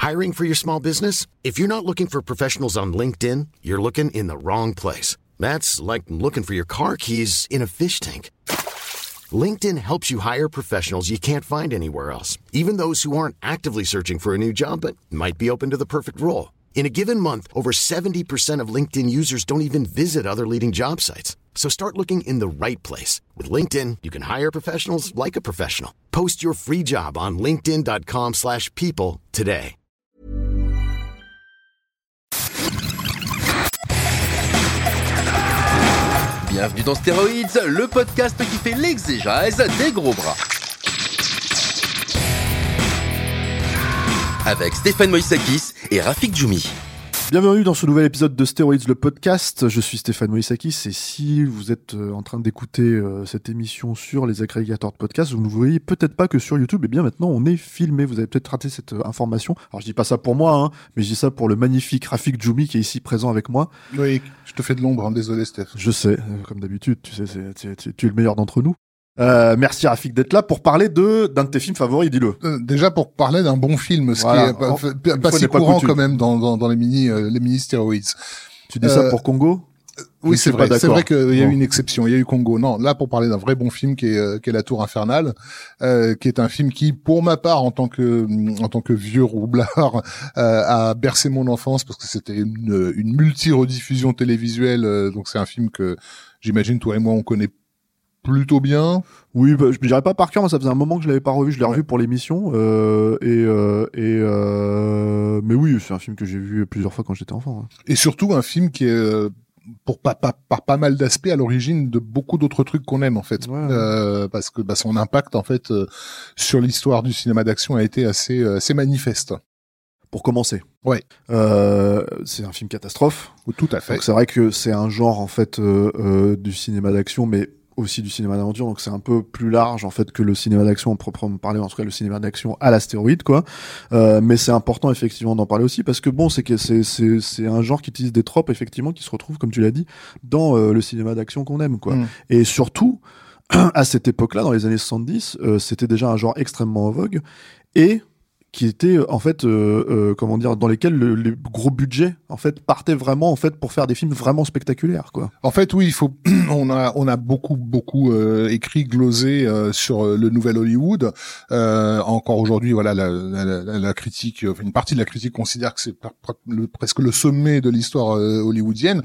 Hiring for your small business? If you're not looking for professionals on LinkedIn, you're looking in the wrong place. That's like looking for your car keys in a fish tank. LinkedIn helps you hire professionals you can't find anywhere else, even those who aren't actively searching for a new job but might be open to the perfect role. In a given month, over 70% of LinkedIn users don't even visit other leading job sites. So start looking in the right place. With LinkedIn, you can hire professionals like a professional. Post your free job on linkedin.com/people today. Bienvenue dans Stéroïdes, le podcast qui fait l'exégèse des gros bras. Avec Stéphane Moïsakis et Rafik Djoumi. Bienvenue dans ce nouvel épisode de Stéroïdes, le podcast. Je suis Stéphane Moïsakis et si vous êtes en train d'écouter cette émission sur les agrégateurs de podcasts, vous ne voyez peut-être pas que sur YouTube, et bien maintenant on est filmé. Vous avez peut-être raté cette information. Alors je dis pas ça pour moi, mais je dis ça pour le magnifique Rafik Djoumi qui est ici présent avec moi. Oui, je te fais de l'ombre, désolé Steph. Je sais, comme d'habitude, tu sais, tu es le meilleur d'entre nous. Merci Rafik d'être là pour parler d'un de tes films favoris, dis-le. Déjà pour parler d'un bon film, ce qui est pas si courant quand même dans les mini stéroïdes. Tu dis ça pour Congo? Oui, c'est vrai qu'il y a eu une exception. Il y a eu Congo. Non, là pour parler d'un vrai bon film qui est La Tour Infernale, qui est un film qui, pour ma part, en tant que vieux roublard, a bercé mon enfance parce que c'était une multi-rediffusion télévisuelle. Donc c'est un film que j'imagine toi et moi on connaît plutôt bien. Oui, je dirais pas par cœur, moi ça faisait un moment que je l'avais pas revu, je l'ai revu pour l'émission, mais oui, c'est un film que j'ai vu plusieurs fois quand j'étais enfant. Hein. Et surtout un film qui est par pas mal d'aspects à l'origine de beaucoup d'autres trucs qu'on aime en fait, parce que son impact en fait sur l'histoire du cinéma d'action a été assez manifeste. Pour commencer. Ouais. C'est un film catastrophe. Tout à fait. Donc c'est vrai que c'est un genre en fait du cinéma d'action, mais aussi du cinéma d'aventure, donc c'est un peu plus large en fait que le cinéma d'action en proprement parler, en tout cas le cinéma d'action à la stéroïde quoi. Mais c'est important effectivement d'en parler aussi parce que bon, c'est un genre qui utilise des tropes effectivement qui se retrouvent comme tu l'as dit dans le cinéma d'action qu'on aime quoi. Et surtout à cette époque-là, dans les années 70, c'était déjà un genre extrêmement en vogue et qui était en fait dans lesquels les gros budgets en fait partaient vraiment en fait pour faire des films vraiment spectaculaires quoi. En fait oui, on a beaucoup écrit, glosé sur le nouvel Hollywood. Encore aujourd'hui voilà la critique, une partie de la critique considère que c'est presque le sommet de l'histoire hollywoodienne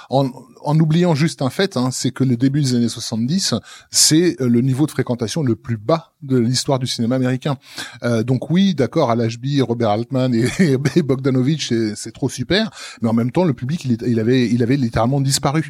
en oubliant juste un fait, c'est que le début des années 70, c'est le niveau de fréquentation le plus bas de l'histoire du cinéma américain. Donc oui, d'accord, à l'HB, Robert Altman et Bogdanovich, c'est trop super, mais en même temps, le public, il avait littéralement disparu.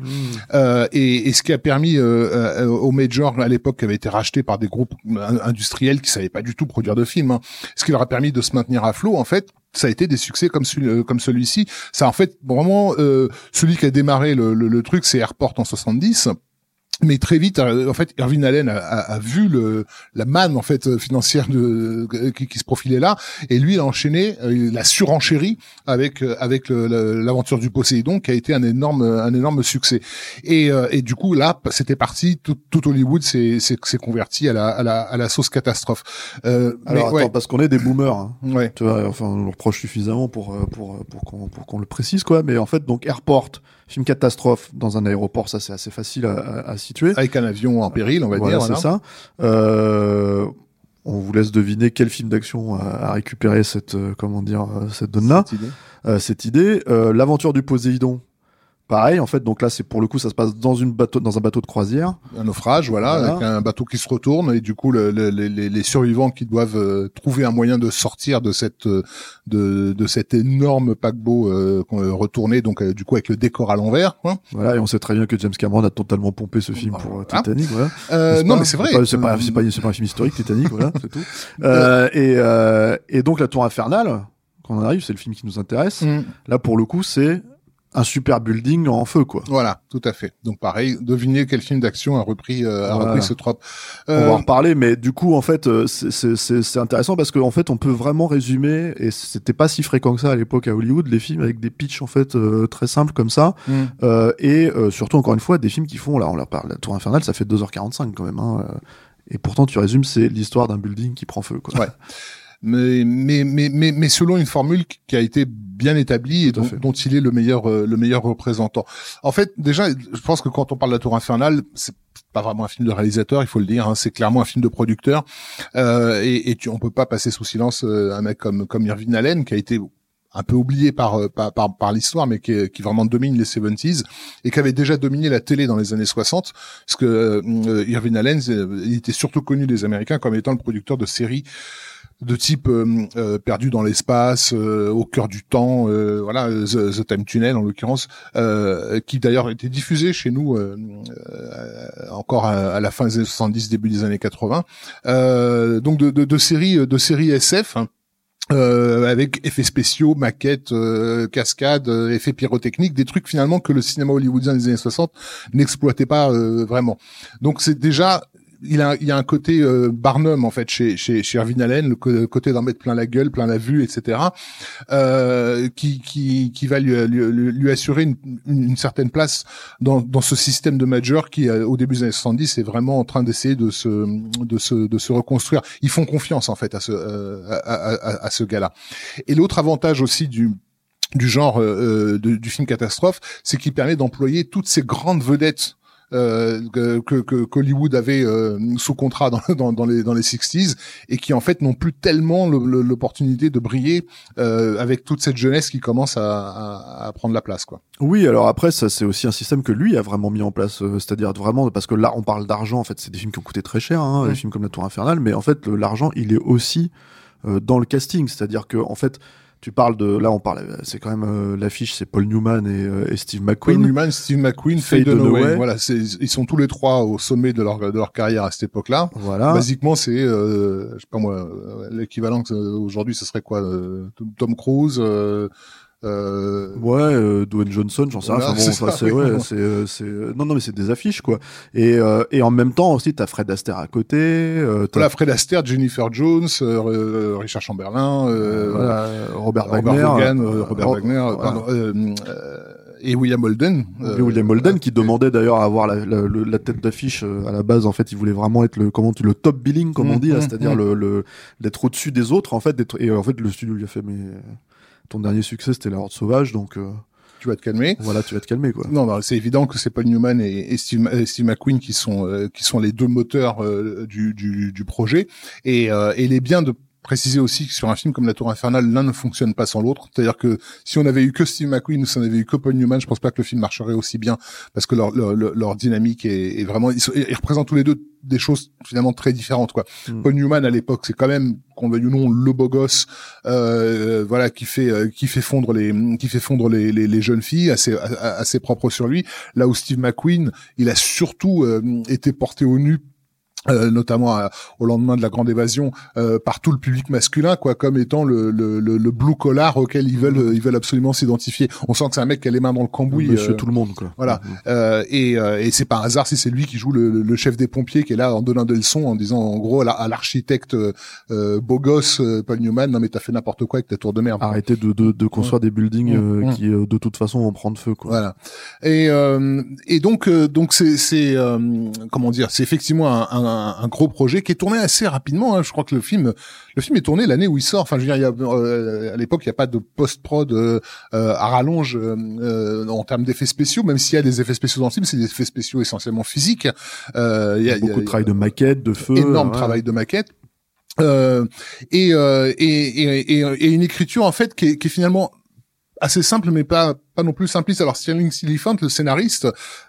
Et ce qui a permis aux majors à l'époque, qui avaient été rachetés par des groupes industriels qui savaient pas du tout produire de films, ce qui leur a permis de se maintenir à flot, en fait, ça a été des succès comme celui-ci. Ça en fait vraiment celui qui a démarré le truc, c'est Airport en 70. Mais très vite, en fait, Irving Allen a vu la manne en fait financière qui se profilait là, et lui il a enchaîné, il a surenchéri avec l'aventure du Poséidon, qui a été un énorme succès. Et du coup là, c'était parti, tout Hollywood s'est converti à la sauce catastrophe. Attends, parce qu'on est des boomers, hein. Ouais. Tu vois, enfin on le reproche suffisamment pour qu'on le précise quoi. Mais en fait donc Airport, film catastrophe dans un aéroport, ça c'est assez facile à situer. Avec un avion en péril, on va dire. Voilà, c'est ça. On vous laisse deviner quel film d'action a récupéré cette donne-là. Cette idée. L'aventure du Poséidon. Pareil, en fait, donc là, c'est pour le coup, ça se passe dans un bateau de croisière. Un naufrage, voilà, avec un bateau qui se retourne, et du coup, les survivants qui doivent trouver un moyen de sortir de cet énorme paquebot retourné, donc du coup avec le décor à l'envers. Hein. Voilà, et on sait très bien que James Cameron a totalement pompé ce film pour Titanic. Voilà. Non, mais c'est vrai. C'est pas un film historique, Titanic, voilà, c'est tout. Et donc la Tour Infernale, quand on arrive, c'est le film qui nous intéresse. Là, pour le coup, c'est un super building en feu, quoi. Voilà, tout à fait. Donc pareil, devinez quel film d'action a repris ce trope. On va en reparler, mais du coup, en fait, c'est intéressant parce qu'en fait, on peut vraiment résumer, et c'était pas si fréquent que ça à l'époque à Hollywood, les films avec des pitchs en fait très simples comme ça, et surtout encore une fois des films qui font, là, on leur parle, La Tour Infernale, ça fait 2h45 quand même, hein, et pourtant tu résumes, c'est l'histoire d'un building qui prend feu, quoi. Ouais. mais selon une formule qui a été bien établie et dont il est le meilleur représentant. En fait, déjà, je pense que quand on parle de La Tour Infernale, c'est pas vraiment un film de réalisateur, il faut le dire, hein, c'est clairement un film de producteur, on peut pas passer sous silence un mec comme Irving Allen, qui a été un peu oublié par l'histoire, mais qui vraiment domine les 70s et qui avait déjà dominé la télé dans les années 60, parce que Irving Allen, il était surtout connu des Américains comme étant le producteur de séries de type Perdu dans l'espace, Au cœur du temps, voilà, The Time Tunnel en l'occurrence, qui d'ailleurs était diffusé chez nous encore à la fin des années 70, début des années 80. Donc de séries SF. Hein, avec effets spéciaux, maquettes, cascades, effets pyrotechniques, des trucs finalement que le cinéma hollywoodien des années 60 n'exploitait pas vraiment. Donc c'est déjà il y a un côté Barnum en fait chez Irving Allen, le côté d'en mettre plein la gueule, plein la vue, etc. Qui va lui assurer une certaine place dans ce système de major qui au début des années 70 est vraiment en train d'essayer de se reconstruire. Ils font confiance en fait à ce gars-là. Et l'autre avantage aussi du genre du film catastrophe, c'est qu'il permet d'employer toutes ces grandes vedettes qu'Hollywood avait sous contrat dans les 60s et qui en fait n'ont plus tellement l'opportunité de briller avec toute cette jeunesse qui commence à prendre la place, quoi. Oui, alors après ça c'est aussi un système que lui a vraiment mis en place, c'est-à-dire vraiment parce que là on parle d'argent, en fait c'est des films qui ont coûté très cher, hein, des films comme La Tour Infernale, mais en fait l'argent il est aussi dans le casting, c'est-à-dire que en fait tu parles c'est quand même l'affiche, c'est Paul Newman et Steve McQueen. Paul Newman, Steve McQueen, Faye Dunaway. Voilà, ils sont tous les trois au sommet de leur carrière à cette époque-là. Voilà. Basiquement, c'est, je sais pas moi, l'équivalent aujourd'hui, ce serait quoi, Tom Cruise. Dwayne Johnson, j'en sais rien. Non, mais c'est des affiches, quoi. Et en même temps aussi, t'as Fred Astaire à côté. Fred Astaire, Jennifer Jones, Richard Chamberlain, Robert Wagner, et William Holden. William Holden qui demandait d'ailleurs à avoir la tête d'affiche à la base. En fait, il voulait vraiment être le top billing, comme on dit, là, c'est-à-dire d'être au-dessus des autres, en fait. Et en fait, le studio lui a fait, mais ton dernier succès, c'était La Horde Sauvage, donc tu vas te calmer. Voilà, tu vas te calmer, quoi. Non, c'est évident que c'est Paul Newman et Steve McQueen qui sont les deux moteurs du projet. Et il est bien de préciser aussi que sur un film comme La Tour Infernale, l'un ne fonctionne pas sans l'autre. C'est-à-dire que si on avait eu que Steve McQueen ou si on avait eu que Paul Newman, je pense pas que le film marcherait aussi bien, parce que leur dynamique est vraiment, ils représentent tous les deux des choses finalement très différentes, quoi. Paul Newman à l'époque, c'est quand même, qu'on veuille ou non, le beau gosse, voilà, qui fait fondre les jeunes filles, assez propre sur lui. Là où Steve McQueen, il a surtout été porté au nu, notamment au lendemain de la Grande Évasion, par tout le public masculin, quoi, comme étant le blue collar auquel ils veulent absolument s'identifier. On sent que c'est un mec qui a les mains dans le cambouis. Monsieur tout le monde, quoi. Voilà. Et c'est pas un hasard si c'est lui qui joue le chef des pompiers, qui est là en donnant des leçons, en disant en gros à l'architecte beau gosse Paul Newman, non mais t'as fait n'importe quoi avec ta tour de merde. Arrêtez de construire des buildings qui de toute façon vont prendre feu, quoi. Voilà. Et donc c'est comment dire, c'est effectivement un gros projet qui est tourné assez rapidement, hein. Je crois que le film est tourné l'année où il sort. Enfin, je veux dire, à l'époque, il n'y a pas de post-prod à rallonge en termes d'effets spéciaux, même s'il y a des effets spéciaux dans le film, c'est des effets spéciaux essentiellement physiques. Il y a beaucoup de travail de maquette, de feu. Énorme travail de maquette. Et une écriture, en fait, qui est finalement assez simple, mais pas non plus simpliste. Alors, Sterling Siliphant, le scénariste,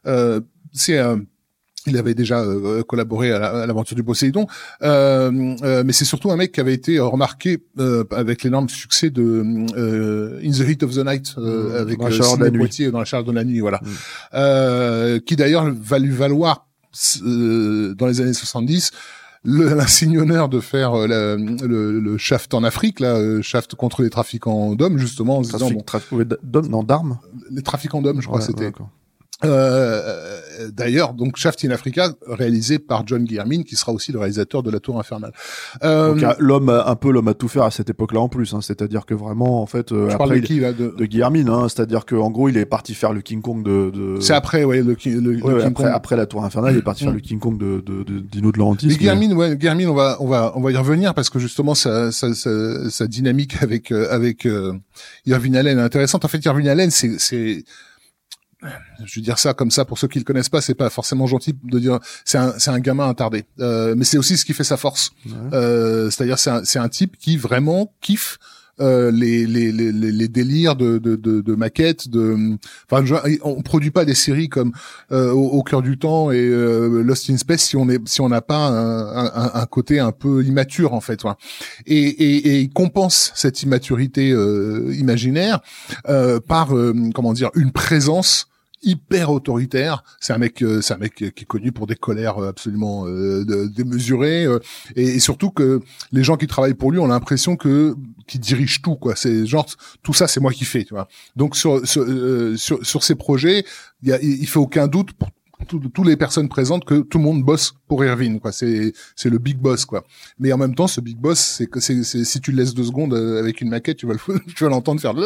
il avait déjà collaboré à l'aventure du Poséidon, mais c'est surtout un mec qui avait été remarqué avec l'énorme succès de In the Heat of the Night avec Sidney Poitier dans la chaleur de la nuit, voilà, qui d'ailleurs va lui valoir dans les années 70 l'insigne honneur de faire le Shaft en Afrique, là, Shaft contre les trafiquants d'hommes, justement, en se disant d'armes. Les trafiquants d'hommes, je crois, c'était. D'accord. D'ailleurs, donc Shaft in Africa, réalisé par John Guillermin, qui sera aussi le réalisateur de La Tour Infernale. Donc, l'homme à tout faire à cette époque-là en plus, hein, c'est-à-dire que vraiment, en fait, après de Guillermin, hein, c'est-à-dire que en gros, il est parti faire le King Kong de... C'est après, ouais, le King Kong. Après La Tour Infernale, il est parti faire le King Kong de Dino De Laurentiis. Mais Guillermin, on va y revenir parce que justement, sa dynamique avec Irving Allen est intéressante. En fait, Irving Allen, je veux dire ça comme ça pour ceux qui le connaissent pas, c'est pas forcément gentil de dire c'est un gamin attardé, mais c'est aussi ce qui fait sa force. Ouais. C'est-à-dire c'est un type qui vraiment kiffe les délires de maquettes, enfin on produit pas des séries comme au cœur du temps et Lost in Space si on n'a pas un côté un peu immature en fait, ouais. Et il compense cette immaturité imaginaire par comment dire, une présence hyper autoritaire. C'est un mec qui est connu pour des colères absolument démesurées, et surtout que les gens qui travaillent pour lui ont l'impression qu'il dirige tout, quoi. C'est genre tout ça, c'est moi qui fais, tu vois. Donc sur ces projets, il fait aucun doute pour toutes les personnes présentes que tout le monde bosse pour Irving, quoi. C'est le big boss, quoi. Mais en même temps, ce big boss, c'est si tu le laisses 2 secondes avec une maquette, tu vas l'entendre faire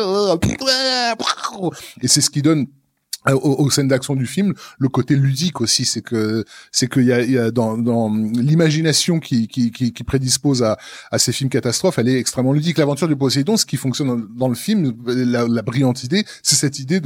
et c'est ce qui donne aux scènes d'action du film le côté ludique aussi, c'est qu'il y a dans l'imagination qui prédispose à ces films catastrophes, elle est extrêmement ludique. L'aventure du Poséidon, ce qui fonctionne dans le film, la brillante idée, c'est cette idée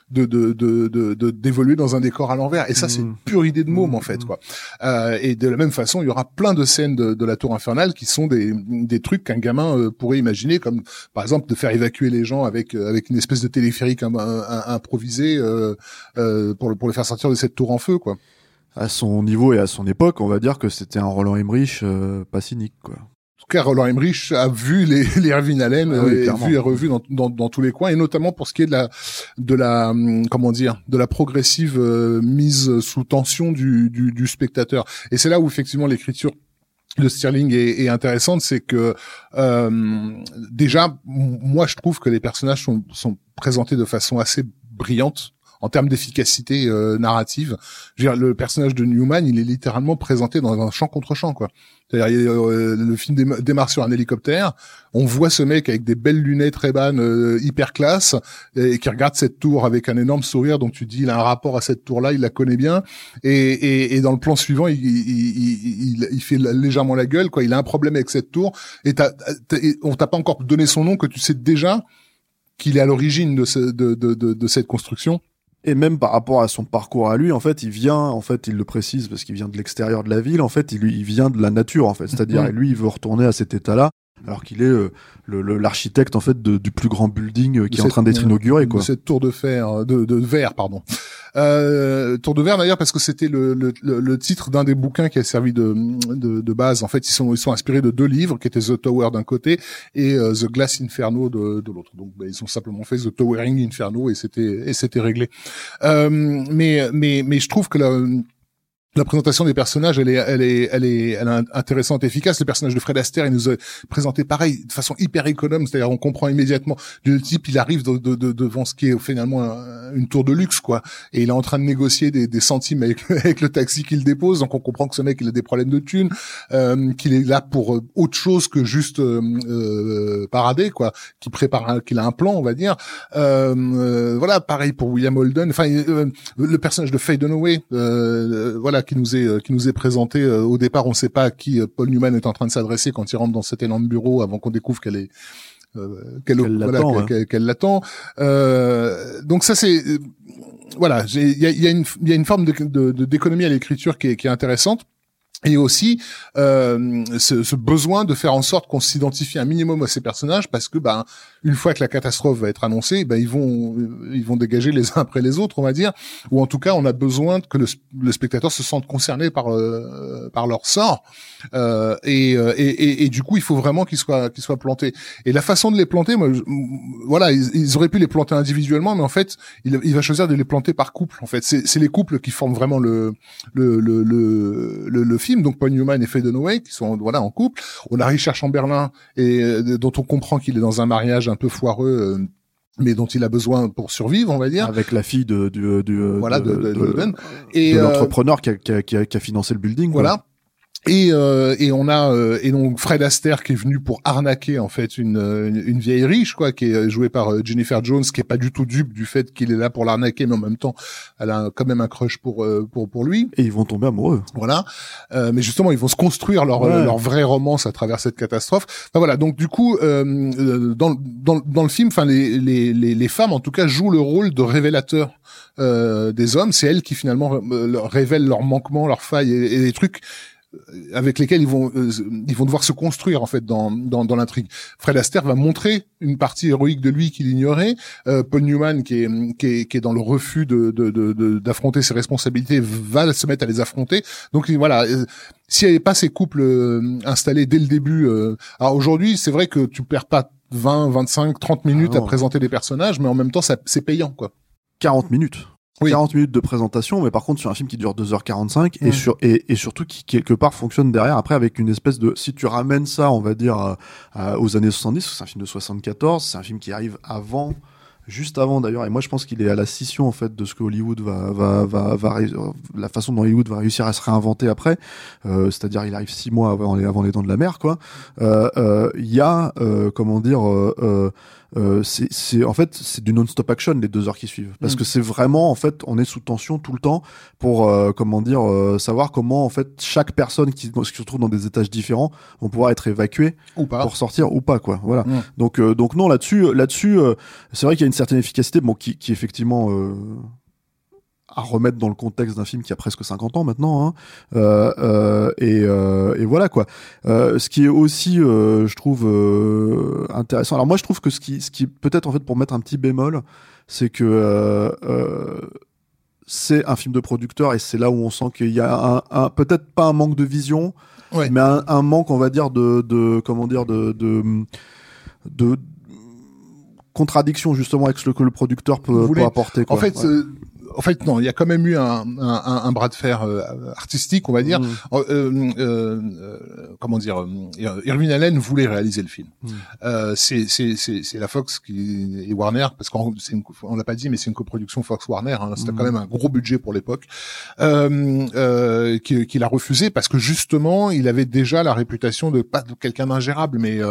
d'évoluer dans un décor à l'envers, et ça c'est une pure idée de môme en fait, quoi. Et de la même façon, il y aura plein de scènes de la Tour Infernale qui sont des trucs qu'un gamin pourrait imaginer, comme par exemple de faire évacuer les gens avec une espèce de téléphérique improvisé pour les faire sortir de cette tour en feu, quoi. À son niveau et à son époque, on va dire que c'était un Roland Emmerich pas cynique, quoi. En tout cas, Roland Emmerich a vu les Irving Allen, vu et revu dans tous les coins, et notamment pour ce qui est de la progressive mise sous tension du spectateur. Et c'est là où effectivement l'écriture de Stirling est intéressante, c'est que déjà, moi je trouve que les personnages sont présentés de façon assez brillante en termes d'efficacité narrative. Je veux dire, le personnage de Newman, il est littéralement présenté dans un champ contre champ, quoi. C'est-à-dire, le film démarre sur un hélicoptère, on voit ce mec avec des belles lunettes Ray-Ban hyper classe, et qui regarde cette tour avec un énorme sourire, donc tu te dis, il a un rapport à cette tour-là, il la connaît bien, et dans le plan suivant, il fait légèrement la gueule, quoi. Il a un problème avec cette tour, et on t'a pas encore donné son nom, que tu sais déjà qu'il est à l'origine de cette construction. Et même par rapport à son parcours à lui, en fait, il le précise parce qu'il vient de l'extérieur de la ville, en fait, il vient de la nature, en fait. C'est-à-dire, et lui, il veut retourner à cet état-là, alors qu'il est l'architecte, en fait, du plus grand building qui est en train d'être inauguré, quoi. De cette tour de verre, pardon. Tour de verre d'ailleurs, parce que c'était le titre d'un des bouquins qui a servi de base. En fait, ils sont inspirés de 2 livres qui étaient The Tower d'un côté et The Glass Inferno de l'autre. Donc ils ont simplement fait The Towering Inferno et c'était réglé. Mais je trouve que la présentation des personnages, elle est intéressante et efficace. Le personnage de Fred Astaire, il nous a présenté pareil, de façon hyper économe, c'est-à-dire on comprend immédiatement. Le type, il arrive devant ce qui est finalement une tour de luxe, quoi. Et il est en train de négocier des centimes avec le taxi qu'il dépose, donc on comprend que ce mec, il a des problèmes de thunes, qu'il est là pour autre chose que juste parader, quoi. Qu'il a un plan, on va dire. Voilà, pareil pour William Holden. Enfin, le personnage de Faye Dunaway, voilà, qui nous est présenté au départ. On ne sait pas à qui Paul Newman est en train de s'adresser quand il rentre dans cet énorme bureau avant qu'on découvre qu'elle l'attend. Donc ça c'est voilà, il y a une forme d'économie à l'écriture qui est intéressante. Et aussi ce besoin de faire en sorte qu'on s'identifie un minimum à ces personnages, parce que une fois que la catastrophe va être annoncée, ils vont dégager les uns après les autres, on va dire, ou en tout cas on a besoin que le spectateur se sente concerné par leur sort, et du coup il faut vraiment qu'ils soient plantés. Et la façon de les planter, voilà, ils auraient pu les planter individuellement, mais en fait il va choisir de les planter par couple. En fait, c'est les couples qui forment vraiment le film. Donc Paul Newman et Faye Dunaway qui sont en couple. On a Richard Chamberlain dont on comprend qu'il est dans un mariage un peu foireux mais dont il a besoin pour survivre, on va dire. Avec la fille de et l'entrepreneur qui a financé le building. Voilà. Quoi. Et on a et donc Fred Astaire qui est venu pour arnaquer en fait une vieille riche quoi, qui est jouée par Jennifer Jones, qui est pas du tout dupe du fait qu'il est là pour l'arnaquer, mais en même temps elle a quand même un crush pour lui. Et ils vont tomber amoureux. Voilà. Mais justement ils vont se construire leur vraie romance à travers cette catastrophe. Enfin voilà, donc du coup dans le film, enfin les femmes en tout cas jouent le rôle de révélateurs des hommes. C'est elles qui finalement révèlent leurs manquements, leurs failles et les trucs avec lesquels ils vont devoir se construire en fait dans l'intrigue. Fred Astaire va montrer une partie héroïque de lui qu'il ignorait. Paul Newman qui est dans le refus d'affronter ses responsabilités va se mettre à les affronter. Donc voilà, s'il n'y avait pas ces couples installés dès le début, alors aujourd'hui c'est vrai que tu perds pas 20, 25, 30 minutes à présenter des personnages, mais en même temps c'est payant quoi. 40 minutes. Oui. 40 minutes de présentation, mais par contre sur un film qui dure 2h45 et surtout qui quelque part fonctionne derrière après avec une espèce de, si tu ramènes ça on va dire aux années 70, c'est un film de 74, c'est un film qui arrive juste avant d'ailleurs, et moi je pense qu'il est à la scission en fait de ce que Hollywood la façon dont Hollywood va réussir à se réinventer après, c'est-à-dire il arrive 6 mois avant les Dents de la Mer quoi. Il y a comment dire c'est en fait c'est du non-stop action les 2 heures qui suivent parce que c'est vraiment en fait on est sous tension tout le temps pour savoir comment en fait chaque personne qui se trouve dans des étages différents vont pouvoir être évacués ou pas pour sortir ou pas quoi. Voilà. Donc non là-dessus c'est vrai qu'il y a une certaine efficacité qui effectivement à remettre dans le contexte d'un film qui a presque 50 ans maintenant et voilà quoi. Ce qui est aussi je trouve intéressant. Alors moi je trouve que ce qui peut-être en fait pour mettre un petit bémol, c'est que c'est un film de producteur et c'est là où on sent qu'il y a un peut-être pas un manque de vision, mais un manque on va dire de contradiction justement avec ce que le producteur peut apporter quoi. En fait, non, il y a quand même eu un bras de fer artistique, on va dire. Irving Allen voulait réaliser le film. C'est la Fox et Warner, parce qu'on l'a pas dit, mais c'est une coproduction Fox-Warner. Hein, c'était quand même un gros budget pour l'époque, qu'il a refusé parce que justement, il avait déjà la réputation de pas de quelqu'un d'ingérable, mais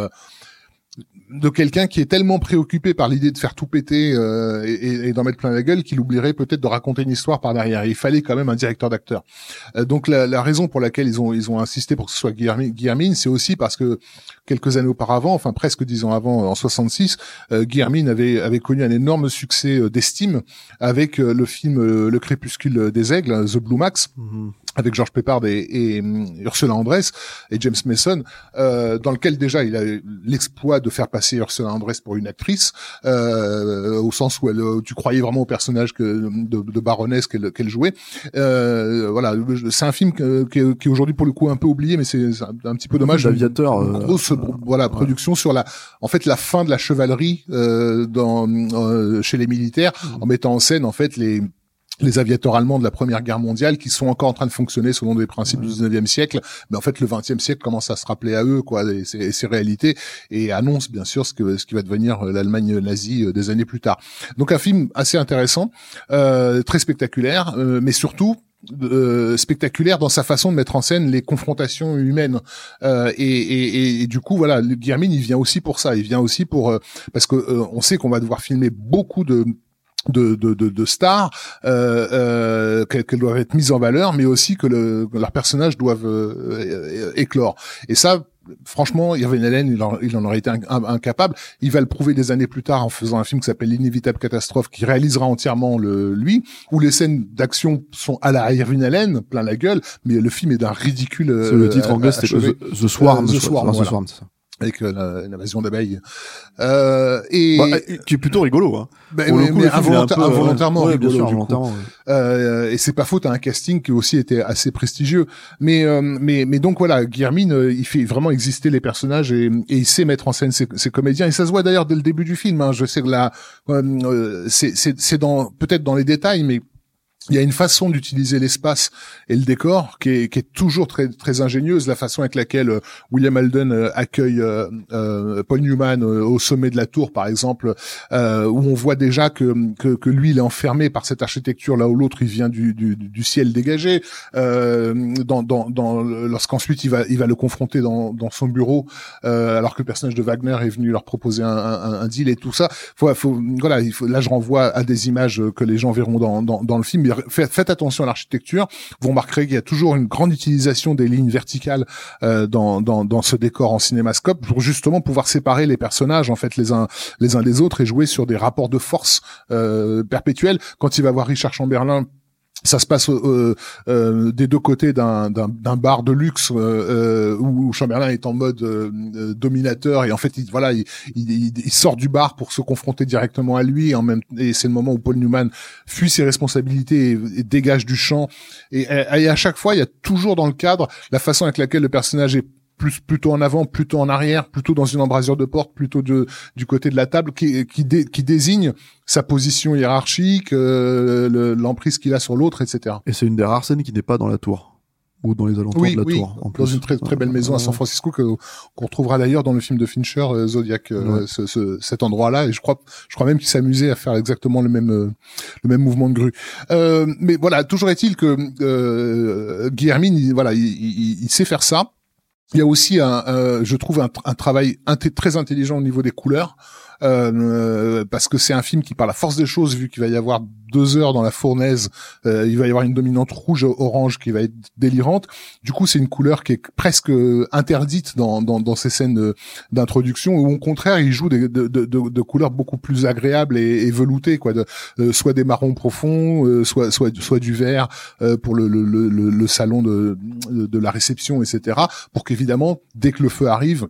de quelqu'un qui est tellement préoccupé par l'idée de faire tout péter et d'en mettre plein la gueule qu'il oublierait peut-être de raconter une histoire par derrière. Et il fallait quand même un directeur d'acteur. Donc la raison pour laquelle ils ont insisté pour que ce soit Guillermin, c'est aussi parce que quelques années auparavant, enfin presque 10 ans avant, en 66, Guillermin avait connu un énorme succès d'estime avec le film Le Crépuscule des Aigles, The Blue Max. Avec George Peppard et Ursula Andress et James Mason, dans lequel déjà il a l'exploit de faire passer Ursula Andress pour une actrice, au sens où tu croyais vraiment au personnage de baronesse qu'elle jouait. Voilà, c'est un film qui est aujourd'hui pour le coup un peu oublié, mais c'est un petit peu dommage. L'aviateur, une grosse production sur la fin de la chevalerie chez les militaires, en mettant en scène en fait les aviateurs allemands de la Première Guerre mondiale qui sont encore en train de fonctionner selon des principes du 19e siècle, mais en fait le 20e siècle commence à se rappeler à eux quoi, et ses réalités, et annonce bien sûr ce qui va devenir l'Allemagne nazie des années plus tard. Donc un film assez intéressant, très spectaculaire, mais surtout spectaculaire dans sa façon de mettre en scène les confrontations humaines, et du coup voilà, Guillermin il vient aussi pour ça, il vient aussi pour parce que on sait qu'on va devoir filmer beaucoup de stars qu'elles doivent être mises en valeur, mais aussi que leurs personnages doivent éclore. Et ça, franchement, Irving Allen, il en aurait été incapable. Il va le prouver des années plus tard en faisant un film qui s'appelle L'Inévitable Catastrophe, qui réalisera entièrement lui, où les scènes d'action sont à la Irving Allen, plein la gueule, mais le film est d'un ridicule. Le titre anglais, c'était The Swarm. The Swarm, voilà. The Swarm, c'est ça. Avec l'invasion d'abeilles, qui est plutôt rigolo, hein. Involontairement ouais, rigolo, bien sûr, du involontairement, coup. Ouais. Et c'est pas faute à un casting qui aussi était assez prestigieux. Mais donc voilà, Guillermin, il fait vraiment exister les personnages et il sait mettre en scène ses comédiens. Et ça se voit d'ailleurs dès le début du film. Hein. Je sais que là, c'est peut-être dans les détails, mais il y a une façon d'utiliser l'espace et le décor qui est toujours très très ingénieuse, la façon avec laquelle William Holden accueille Paul Newman au sommet de la tour par exemple, où on voit déjà que lui il est enfermé par cette architecture là où l'autre il vient du ciel dégagé, lorsqu'ensuite il va le confronter dans son bureau alors que le personnage de Wagner est venu leur proposer un deal et tout ça. Là je renvoie à des images que les gens verront dans le film. Faites attention à l'architecture. Vous remarquerez qu'il y a toujours une grande utilisation des lignes verticales dans ce décor en cinémascope pour justement pouvoir séparer les personnages en fait les uns des autres et jouer sur des rapports de force perpétuels. Quand il va voir Richard Chamberlain, ça se passe des deux côtés d'un bar de luxe où Chamberlain est en mode dominateur et en fait il sort du bar pour se confronter directement à lui et c'est le moment où Paul Newman fuit ses responsabilités et dégage du champ et à chaque fois il y a toujours dans le cadre la façon avec laquelle le personnage est plutôt en avant, plutôt en arrière, plutôt dans une embrasure de porte, plutôt du côté de la table, qui désigne sa position hiérarchique, l'emprise qu'il a sur l'autre, etc. Et c'est une des rares scènes qui n'est pas dans la tour ou dans les alentours de la tour. En plus. Dans une très très belle maison à San Francisco qu'on retrouvera d'ailleurs dans le film de Fincher, Zodiac, cet endroit-là. Et je crois même qu'il s'amusait à faire exactement le même mouvement de grue. Mais voilà, toujours est-il que Guillermin, il sait faire ça. Il y a aussi je trouve un travail très intelligent au niveau des couleurs, parce que c'est un film qui, par la force des choses, vu qu'il va y avoir 2 heures dans la fournaise, il va y avoir une dominante rouge-orange qui va être délirante. Du coup, c'est une couleur qui est presque interdite dans ces scènes d'introduction, où au contraire, il joue de couleurs beaucoup plus agréables et veloutées, quoi, soit des marrons profonds, soit du vert pour le salon de la réception, etc. Pour qu'évidemment, dès que le feu arrive,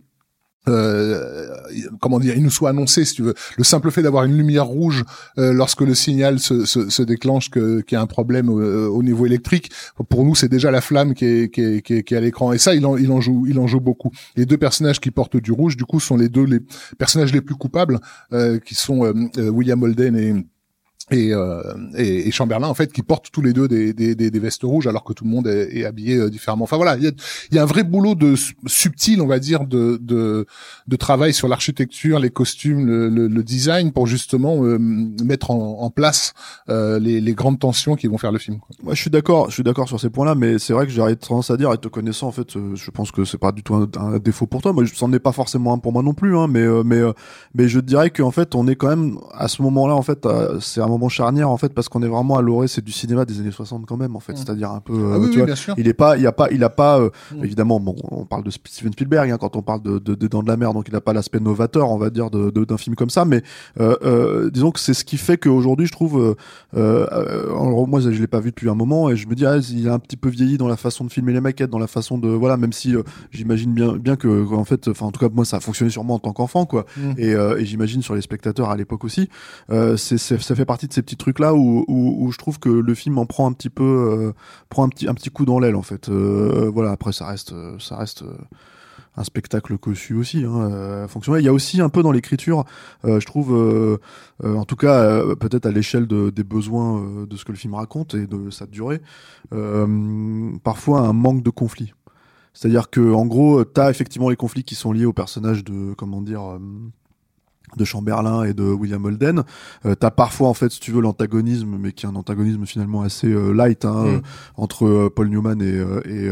il nous soit annoncé, si tu veux. Le simple fait d'avoir une lumière rouge lorsque le signal se déclenche qu'il y a un problème au niveau électrique, pour nous c'est déjà la flamme qui est à l'écran, et ça il en joue beaucoup. Les 2 personnages qui portent du rouge du coup sont les personnages les plus coupables, qui sont William Holden et Chamberlain, en fait, qui portent tous les deux des vestes rouges alors que tout le monde est habillé différemment. Enfin voilà, il y a un vrai boulot subtil, on va dire, de travail sur l'architecture, les costumes, le design, pour justement mettre en place les grandes tensions qui vont faire le film, quoi. Moi, je suis d'accord sur ces points-là, mais c'est vrai que j'aurais tendance à dire, et te connaissant, en fait, je pense que c'est pas du tout un défaut pour toi. Moi, ça n'en est pas forcément un pour moi non plus, hein, mais je dirais qu'en fait, on est quand même à ce moment-là, en fait, c'est un moment charnière, en fait, parce qu'on est vraiment à l'orée, c'est du cinéma des années 60 quand même, en fait, c'est-à-dire un peu, oui, tu vois, bien sûr. il a pas évidemment, bon, on parle de Steven Spielberg, hein, quand on parle de Dents de la Mer, donc il a pas l'aspect novateur, on va dire, d'un film comme ça, mais disons que c'est ce qui fait qu'aujourd'hui, je trouve, alors moi, je l'ai pas vu depuis un moment, et je me dis, il a un petit peu vieilli dans la façon de filmer les maquettes, dans la façon de, voilà, même si j'imagine bien que, en fait, enfin, en tout cas, moi, ça a fonctionné sur moi en tant qu'enfant, quoi, et j'imagine sur les spectateurs à l'époque aussi, ça fait partie de ces petits trucs là où je trouve que le film en prend un petit peu prend un petit coup dans l'aile, en fait. Voilà, après ça reste un spectacle cossu aussi, hein, fonctionnel. Il y a aussi un peu dans l'écriture, je trouve, en tout cas peut-être à l'échelle des besoins de ce que le film raconte et de sa durée, parfois un manque de conflit. C'est-à-dire que en gros, t'as effectivement les conflits qui sont liés au personnage de, comment dire, de Chamberlain et de William Holden. T'as parfois, en fait, si tu veux, l'antagonisme, mais qui est un antagonisme finalement assez light, hein, entre Paul Newman et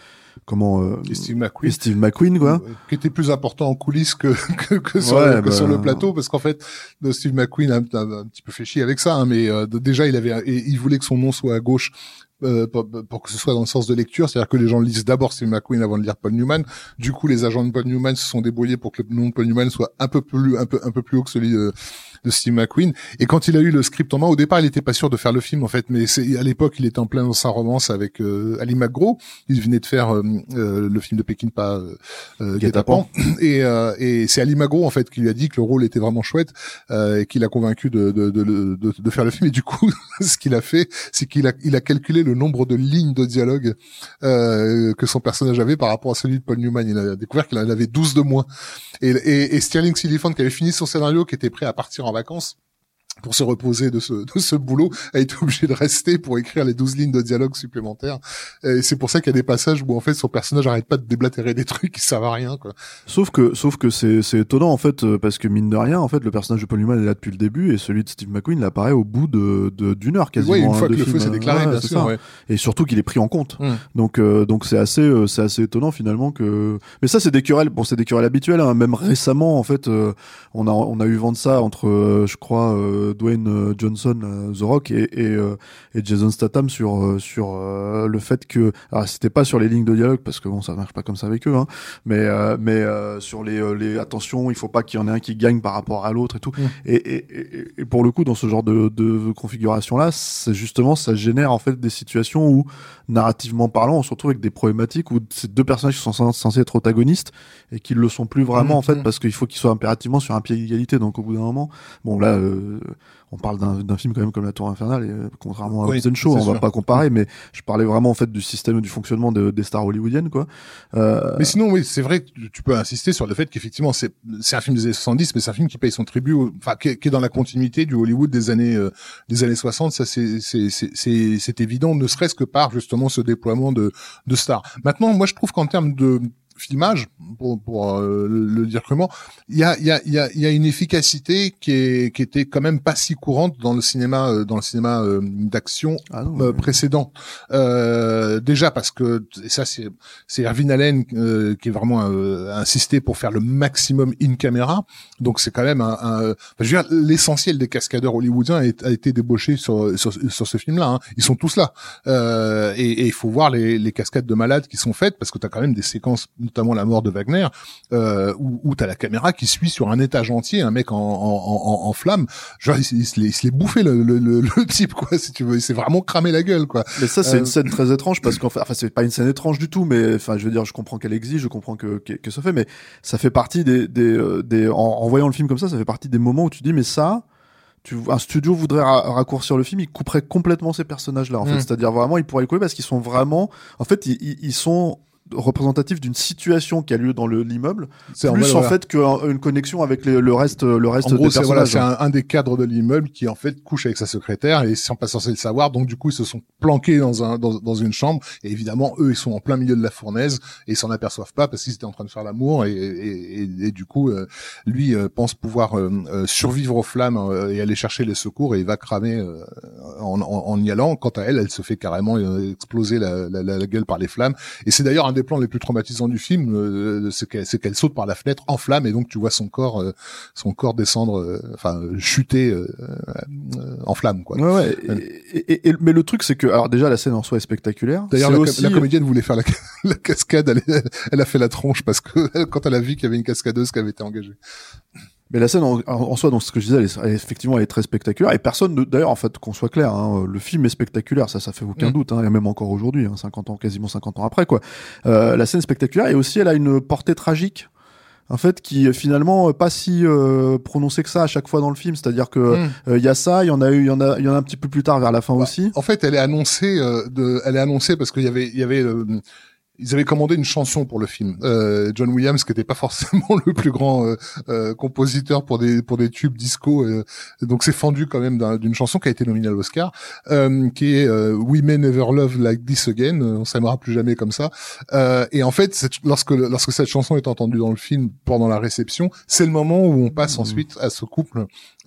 Steve McQueen, quoi. Qui était plus important en coulisses que sur le plateau, parce qu'en fait, Steve McQueen a un petit peu fait chier avec ça, hein, mais déjà il voulait que son nom soit à gauche. Pour que ce soit dans le sens de lecture, c'est-à-dire que les gens lisent d'abord Steve McQueen avant de lire Paul Newman. Du coup, les agents de Paul Newman se sont débrouillés pour que le nom de Paul Newman soit un peu plus haut que celui de Steve McQueen. Et quand il a eu le script en main, au départ, il était pas sûr de faire le film, en fait, mais à l'époque, il était en plein dans sa romance avec Ali McGraw. Il venait de faire le film de Peckinpah, Guet-apens. Et c'est Ali McGraw, en fait, qui lui a dit que le rôle était vraiment chouette, et qui l'a convaincu de faire le film. Et du coup, ce qu'il a fait, c'est qu'il a calculé le nombre de lignes de dialogue que son personnage avait par rapport à celui de Paul Newman. Il a découvert qu'il en avait 12 de moins. Et Sterling Siliphant, qui avait fini son scénario, qui était prêt à partir en vacances, pour se reposer de ce boulot, a été obligé de rester pour écrire les 12 lignes de dialogue supplémentaires. Et c'est pour ça qu'il y a des passages où, en fait, son personnage arrête pas de déblatérer des trucs qui servent à rien, quoi. Sauf que c'est étonnant, en fait, parce que mine de rien, en fait, le personnage de Paul Newman est là depuis le début, et celui de Steve McQueen, il apparaît au bout d'une heure, quasiment. Ouais, une fois que le film. feu s'est déclaré, bien sûr, ouais. Et surtout qu'il est pris en compte. Donc c'est assez étonnant, finalement, que, mais ça, c'est des querelles habituelles, hein. Même récemment, en fait, on a eu vent de ça entre, je crois, Dwayne Johnson, The Rock, et Jason Statham sur le fait que, alors c'était pas sur les lignes de dialogue parce que bon, ça marche pas comme ça avec eux, hein, mais sur les attention, il faut pas qu'il y en ait un qui gagne par rapport à l'autre et tout. Et pour le coup, dans ce genre de configuration là, c'est justement, ça génère en fait des situations où, narrativement parlant, on se retrouve avec des problématiques où ces deux personnages qui sont censés être protagonistes et qui le sont plus vraiment en fait, parce qu'il faut qu'ils soient impérativement sur un pied d'égalité. Donc au bout d'un moment, bon là, on parle d'un film quand même comme La Tour Infernale, et contrairement à Hobbs & Shaw, on va pas comparer, mais je parlais vraiment en fait du système, du fonctionnement des stars hollywoodiennes, quoi. Mais sinon, oui, c'est vrai que tu peux insister sur le fait qu'effectivement c'est un film des années 70, mais c'est un film qui paye son tribut, enfin qui est dans la continuité du Hollywood des années 60. Ça c'est évident, ne serait-ce que par justement ce déploiement de stars. Maintenant, moi je trouve qu'en termes de filmage, pour le dire crûment, il y a une efficacité qui était quand même pas si courante dans le cinéma d'action précédent. Déjà parce que, et ça c'est Irving Allen qui est vraiment insisté pour faire le maximum in camera. Donc c'est quand même je veux dire, l'essentiel des cascadeurs hollywoodiens a été débauché sur ce film-là, hein. Ils sont tous là. Et il faut voir les cascades de malades qui sont faites, parce que t'as quand même des séquences, notamment la mort de Wagner, où t'as la caméra qui suit sur un étage entier un mec en flammes. Genre il se l'est bouffé le type, quoi, si tu veux. Il s'est vraiment cramé la gueule, quoi. Mais ça c'est une scène très étrange, parce qu'en fait, enfin c'est pas une scène étrange du tout, mais enfin je veux dire, je comprends qu'elle existe, je comprends que ça fait, mais ça fait partie en voyant le film comme ça fait partie des moments où tu dis, mais ça, un studio voudrait raccourcir le film, il couperait complètement ces personnages-là, en fait. C'est-à-dire vraiment, il pourrait les couper parce qu'ils sont vraiment, en fait, ils sont représentatif d'une situation qui a lieu dans l'immeuble, plus en fait qu'une connexion avec le reste en gros, des personnages. Voilà, c'est un des cadres de l'immeuble qui en fait couche avec sa secrétaire, et ils sont pas censés le savoir, donc du coup ils se sont planqués dans une chambre, et évidemment eux ils sont en plein milieu de la fournaise et ils s'en aperçoivent pas parce qu'ils étaient en train de faire l'amour, et du coup lui pense pouvoir survivre aux flammes et aller chercher les secours, et il va cramer en y allant. Quant à elle se fait carrément exploser la gueule par les flammes, et c'est d'ailleurs un des plans les plus traumatisants du film, c'est qu'elle saute par la fenêtre en flammes, et donc tu vois son corps descendre, chuter en flammes, quoi. Ouais. Mais le truc, c'est que, alors déjà la scène en soi est spectaculaire. D'ailleurs la comédienne voulait faire la cascade, elle a fait la tronche parce que quand elle a vu qu'il y avait une cascadeuse qui avait été engagée. Mais la scène en soi, donc ce que je disais, elle est très spectaculaire, et personne, d'ailleurs, en fait, qu'on soit clair, hein, le film est spectaculaire, ça fait aucun doute, hein, et même encore aujourd'hui, hein, quasiment 50 ans après, quoi. La scène est spectaculaire, et aussi elle a une portée tragique, en fait, qui finalement pas si prononcée que ça à chaque fois dans le film. C'est-à-dire que il y a ça, il y en a un petit peu plus tard vers la fin aussi. En fait, elle est annoncée parce qu'il y avait ils avaient commandé une chanson pour le film. John Williams, qui n'était pas forcément le plus grand compositeur pour des tubes disco, donc c'est fendu quand même d'une chanson qui a été nominée à l'Oscar, qui est We May Never Love Like This Again. On s'aimera plus jamais comme ça. Et en fait, lorsque cette chanson est entendue dans le film pendant la réception, c'est le moment où on passe ensuite à ce couple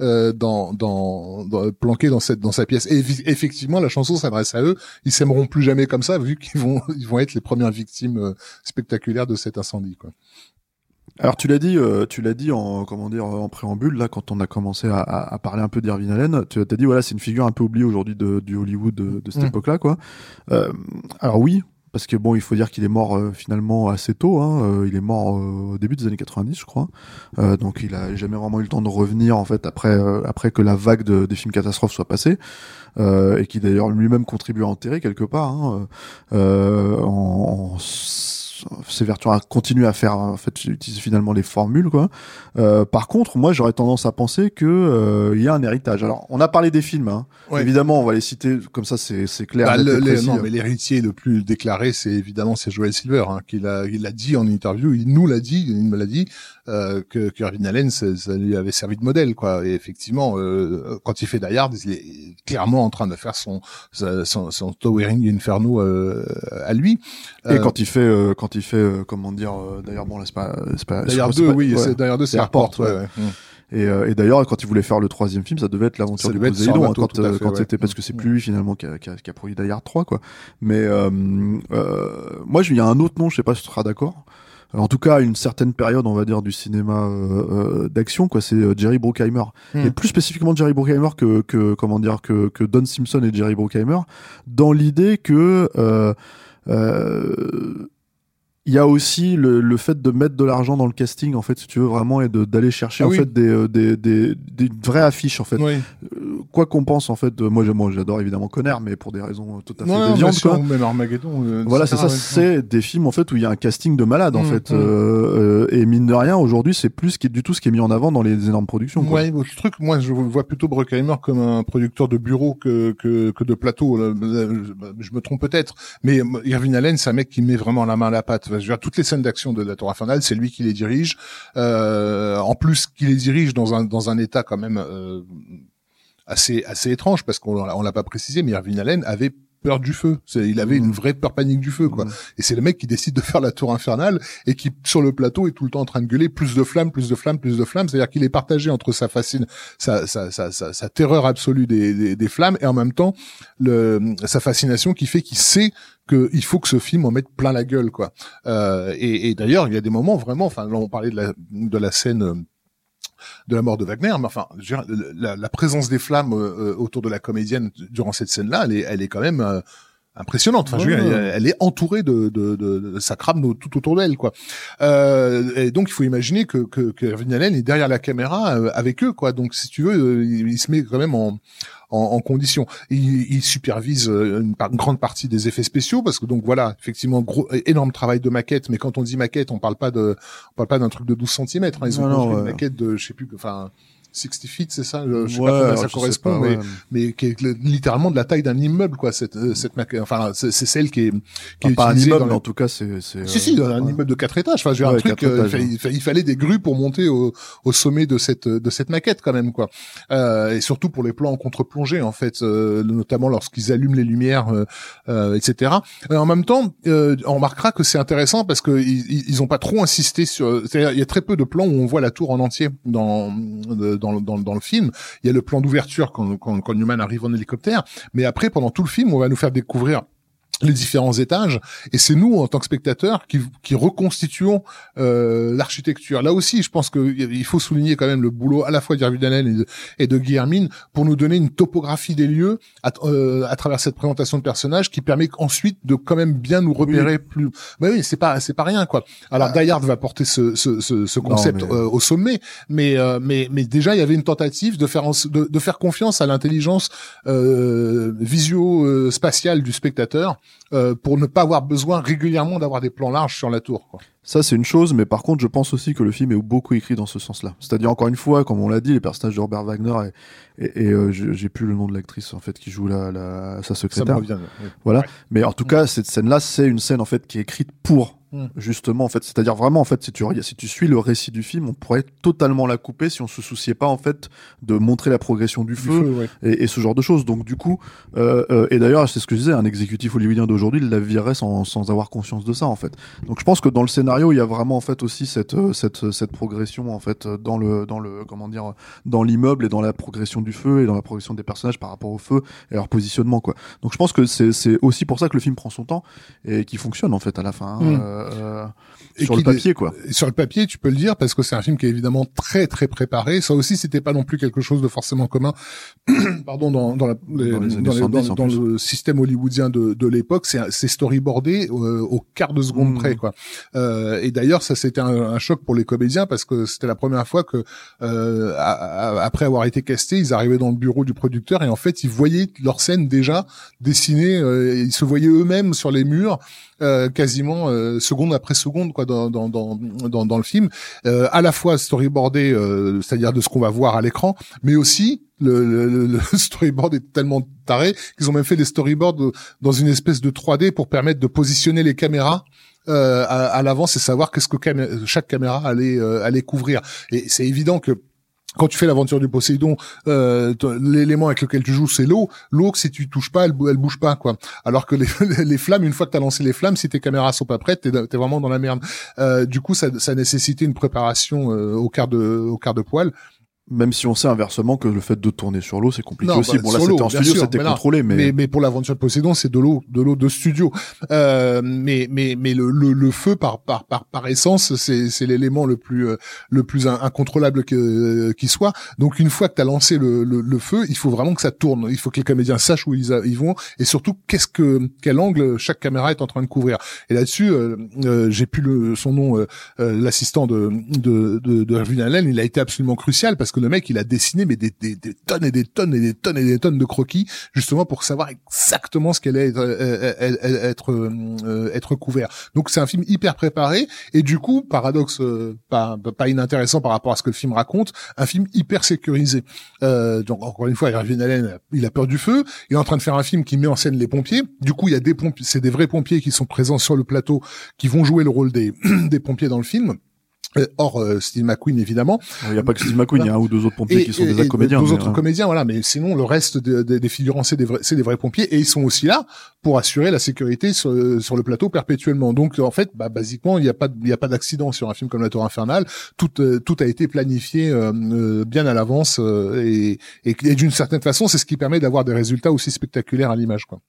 planqué dans sa pièce. Et effectivement, la chanson s'adresse à eux. Ils s'aimeront plus jamais comme ça, vu qu'ils vont être les premières victimes spectaculaires de cet incendie, quoi. Alors tu l'as dit en préambule, là, quand on a commencé à parler un peu d'Irving Allen, tu as dit voilà, c'est une figure un peu oubliée aujourd'hui du Hollywood de cette époque-là, quoi. Alors oui, parce que bon, il faut dire qu'il est mort finalement assez tôt, hein. Il est mort au début des années 90, je crois. Donc il a jamais vraiment eu le temps de revenir, en fait, après que la vague des films catastrophes soit passée, et qui d'ailleurs lui-même contribue à enterrer quelque part, hein, en s'évertuant à continuer à faire, en fait, utiliser finalement les formules, quoi. Par contre, moi, j'aurais tendance à penser que il y a un héritage. Alors, on a parlé des films, hein. Ouais. Évidemment, on va les citer comme ça, c'est clair. Non, mais l'héritier le plus déclaré, c'est Joel Silver, hein, il l'a dit en interview, il me l'a dit. que Irving Allen, ça lui avait servi de modèle, quoi. Et effectivement, quand il fait Die Hard, il est clairement en train de faire son Towering Inferno à lui. Et quand il fait comment dire, d'ailleurs bon là c'est pas Die Hard 2, oui, ouais. C'est Die Hard 2, c'est Airport, ouais. Et d'ailleurs, quand il voulait faire le 3e film, ça devait être l'aventure du Poséidon, quand c'était, parce que c'est plus lui finalement qui a produit Die Hard 3, quoi. Mais moi, il y a un autre nom, je sais pas si tu seras d'accord. En tout cas, une certaine période, on va dire, du cinéma d'action, quoi. C'est Jerry Bruckheimer, et plus spécifiquement Jerry Bruckheimer que Don Simpson et Jerry Bruckheimer, dans l'idée que il y a aussi le fait de mettre de l'argent dans le casting, en fait, si tu veux vraiment, et d'aller chercher en fait des vraies affiches, en fait. Oui. Quoi qu'on pense, en fait, moi j'adore évidemment Conner, mais pour des raisons tout à fait déviantes, quoi. Même Armageddon. Voilà, c'est ça. C'est des films en fait où il y a un casting de malade, en fait. Et mine de rien, aujourd'hui, c'est plus ce qui est mis en avant dans les énormes productions, quoi. Ouais, le truc, moi, je vois plutôt Bruckheimer comme un producteur de bureau que de plateau. Je me trompe peut-être, mais Irving Allen, c'est un mec qui met vraiment la main à la pâte. Je veux dire, toutes les scènes d'action de la Tour Infernale, c'est lui qui les dirige. En plus, qui les dirige dans un état quand même assez étrange, parce qu'on l'a pas précisé, mais Irving Allen avait peur du feu. Il avait une vraie peur panique du feu, quoi. Et c'est le mec qui décide de faire la Tour Infernale et qui, sur le plateau, est tout le temps en train de gueuler plus de flammes, plus de flammes, plus de flammes. C'est-à-dire qu'il est partagé entre sa terreur absolue des flammes et en même temps sa fascination qui fait qu'il sait qu'il faut que ce film en mette plein la gueule, quoi. Et d'ailleurs, il y a des moments vraiment, enfin, là, on parlait de la scène de la mort de Wagner, mais enfin, la présence des flammes autour de la comédienne durant cette scène-là, elle est quand même impressionnante. Enfin, elle est entourée de ça crame tout autour d'elle, quoi. Et donc, il faut imaginer que Irving Allen est derrière la caméra avec eux, quoi. Donc, si tu veux, il se met quand même en condition. Il supervise une grande partie des effets spéciaux, parce que donc voilà, effectivement, énorme travail de maquette, mais quand on dit maquette, on parle pas d'un truc de 12 cm, hein. Ils ont construit une maquette de, je sais plus, enfin, 60 feet, c'est ça? Je sais pas combien ça correspond, mais qui est littéralement de la taille d'un immeuble, quoi, cette maquette. Enfin, c'est celle qui est pas un immeuble, mais en tout cas, c'est Si, un immeuble de 4 étages. Enfin, j'ai un truc, il fallait des grues pour monter au sommet de cette maquette, quand même, quoi. Et surtout pour les plans en contre-plongée, en fait, notamment lorsqu'ils allument les lumières, etc. En même temps, on remarquera que c'est intéressant parce que ils ont pas trop insisté sur, c'est-à-dire, il y a très peu de plans où on voit la tour en entier dans le film. Il y a le plan d'ouverture quand Newman arrive en hélicoptère, mais après, pendant tout le film, on va nous faire découvrir les différents étages, et c'est nous en tant que spectateurs qui reconstituons l'architecture. Là aussi, je pense que il faut souligner quand même le boulot à la fois d'Irving Allen et de Guillermin pour nous donner une topographie des lieux à travers cette présentation de personnages qui permet ensuite de quand même bien nous repérer plus. Bah oui, c'est pas rien, quoi. Alors Die Hard va porter ce concept au sommet, mais déjà il y avait une tentative de faire confiance à l'intelligence visio-spatiale du spectateur. Pour ne pas avoir besoin régulièrement d'avoir des plans larges sur la tour, quoi. Ça, c'est une chose, mais par contre, je pense aussi que le film est beaucoup écrit dans ce sens-là. C'est-à-dire, encore une fois, comme on l'a dit, les personnages de Robert Wagner et j'ai plus le nom de l'actrice, en fait, qui joue sa secrétaire. Ça me revient, oui. Voilà. Ouais. Mais en tout cas, cette scène-là, c'est une scène, en fait, qui est écrite pour, justement, en fait. C'est-à-dire, vraiment, en fait, si tu suis le récit du film, on pourrait totalement la couper si on se souciait pas, en fait, de montrer la progression du feu et ce genre de choses. Donc, du coup, et d'ailleurs, c'est ce que je disais, un exécutif hollywoodien d'aujourd'hui, il la virait sans avoir conscience de ça, en fait. Donc, je pense que dans le scénario, il y a vraiment en fait aussi cette progression en fait dans l'immeuble et dans la progression du feu et dans la progression des personnages par rapport au feu et leur positionnement, quoi. Donc je pense que c'est aussi pour ça que le film prend son temps et qui fonctionne en fait à la fin sur le papier, quoi. Sur le papier, tu peux le dire, parce que c'est un film qui est évidemment très très préparé. Ça aussi, c'était pas non plus quelque chose de forcément commun pardon dans le système hollywoodien de l'époque. C'est storyboardé au quart de seconde près, quoi. Et d'ailleurs, ça c'était un choc pour les comédiens, parce que c'était la première fois que après avoir été castés, ils arrivaient dans le bureau du producteur et en fait, ils voyaient leur scène déjà dessinée, ils se voyaient eux-mêmes sur les murs quasiment seconde après seconde, quoi, dans le film, à la fois storyboardé, c'est-à-dire de ce qu'on va voir à l'écran, mais aussi le storyboard est tellement taré qu'ils ont même fait des storyboards dans une espèce de 3D pour permettre de positionner les caméras à l'avance et savoir qu'est-ce que chaque caméra allait couvrir. Et c'est évident que quand tu fais l'aventure du Poséidon, l'élément avec lequel tu joues, c'est l'eau. L'eau, si tu touches pas, elle bouge pas, quoi. Alors que les flammes, une fois que t'as lancé les flammes, si tes caméras sont pas prêtes, t'es vraiment dans la merde. Du coup, ça nécessitait une préparation au quart de poil. Même si on sait inversement que le fait de tourner sur l'eau, c'est compliqué aussi. Bon, là, c'était en studio, c'était contrôlé, mais pour l'aventure de Poséidon, c'est de l'eau de studio. Mais le feu, par essence, c'est l'élément le plus incontrôlable qui soit. Donc, une fois que t'as lancé le feu, il faut vraiment que ça tourne. Il faut que les comédiens sachent où ils vont, et surtout, quel angle chaque caméra est en train de couvrir. Et là-dessus, j'ai plus son nom, l'assistant de Irving Allen, il a été absolument crucial parce que le mec, il a dessiné mais des tonnes et des tonnes et des tonnes et des tonnes de croquis justement pour savoir exactement ce qu'allait être couvert. Donc c'est un film hyper préparé et du coup, paradoxe pas inintéressant par rapport à ce que le film raconte, un film hyper sécurisé. Donc encore une fois, Irving Allen, il a peur du feu, il est en train de faire un film qui met en scène les pompiers. Du coup, il y a des pompiers, c'est des vrais pompiers qui sont présents sur le plateau qui vont jouer le rôle des pompiers dans le film. Or Steve McQueen évidemment. Il n'y a pas que Steve McQueen, il y a un ou deux autres pompiers qui sont des comédiens. Deux autres comédiens, voilà. Mais sinon le reste des figurants c'est des vrais pompiers et ils sont aussi là pour assurer la sécurité sur le plateau perpétuellement. Donc en fait, basiquement il y a pas d'accident sur un film comme La Tour Infernale. Tout a été planifié bien à l'avance et d'une certaine façon c'est ce qui permet d'avoir des résultats aussi spectaculaires à l'image, quoi.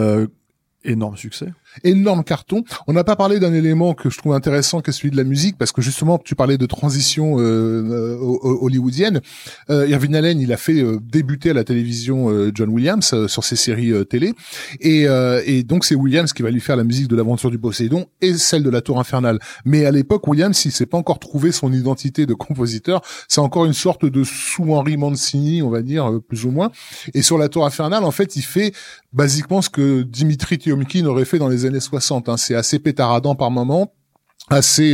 Énorme succès. Énorme carton. On n'a pas parlé d'un élément que je trouve intéressant, qui est celui de la musique, parce que justement, tu parlais de transition hollywoodienne. Irving Allen, il a fait débuter à la télévision John Williams sur ses séries télé, et donc c'est Williams qui va lui faire la musique de l'Aventure du Poséidon et celle de La Tour Infernale. Mais à l'époque, Williams, il s'est pas encore trouvé son identité de compositeur. C'est encore une sorte de sous-Henri Mancini, on va dire, plus ou moins. Et sur La Tour Infernale, en fait, il fait basiquement ce que Dimitri Tiomkin aurait fait dans les années 60, hein. C'est assez pétaradant par moment, assez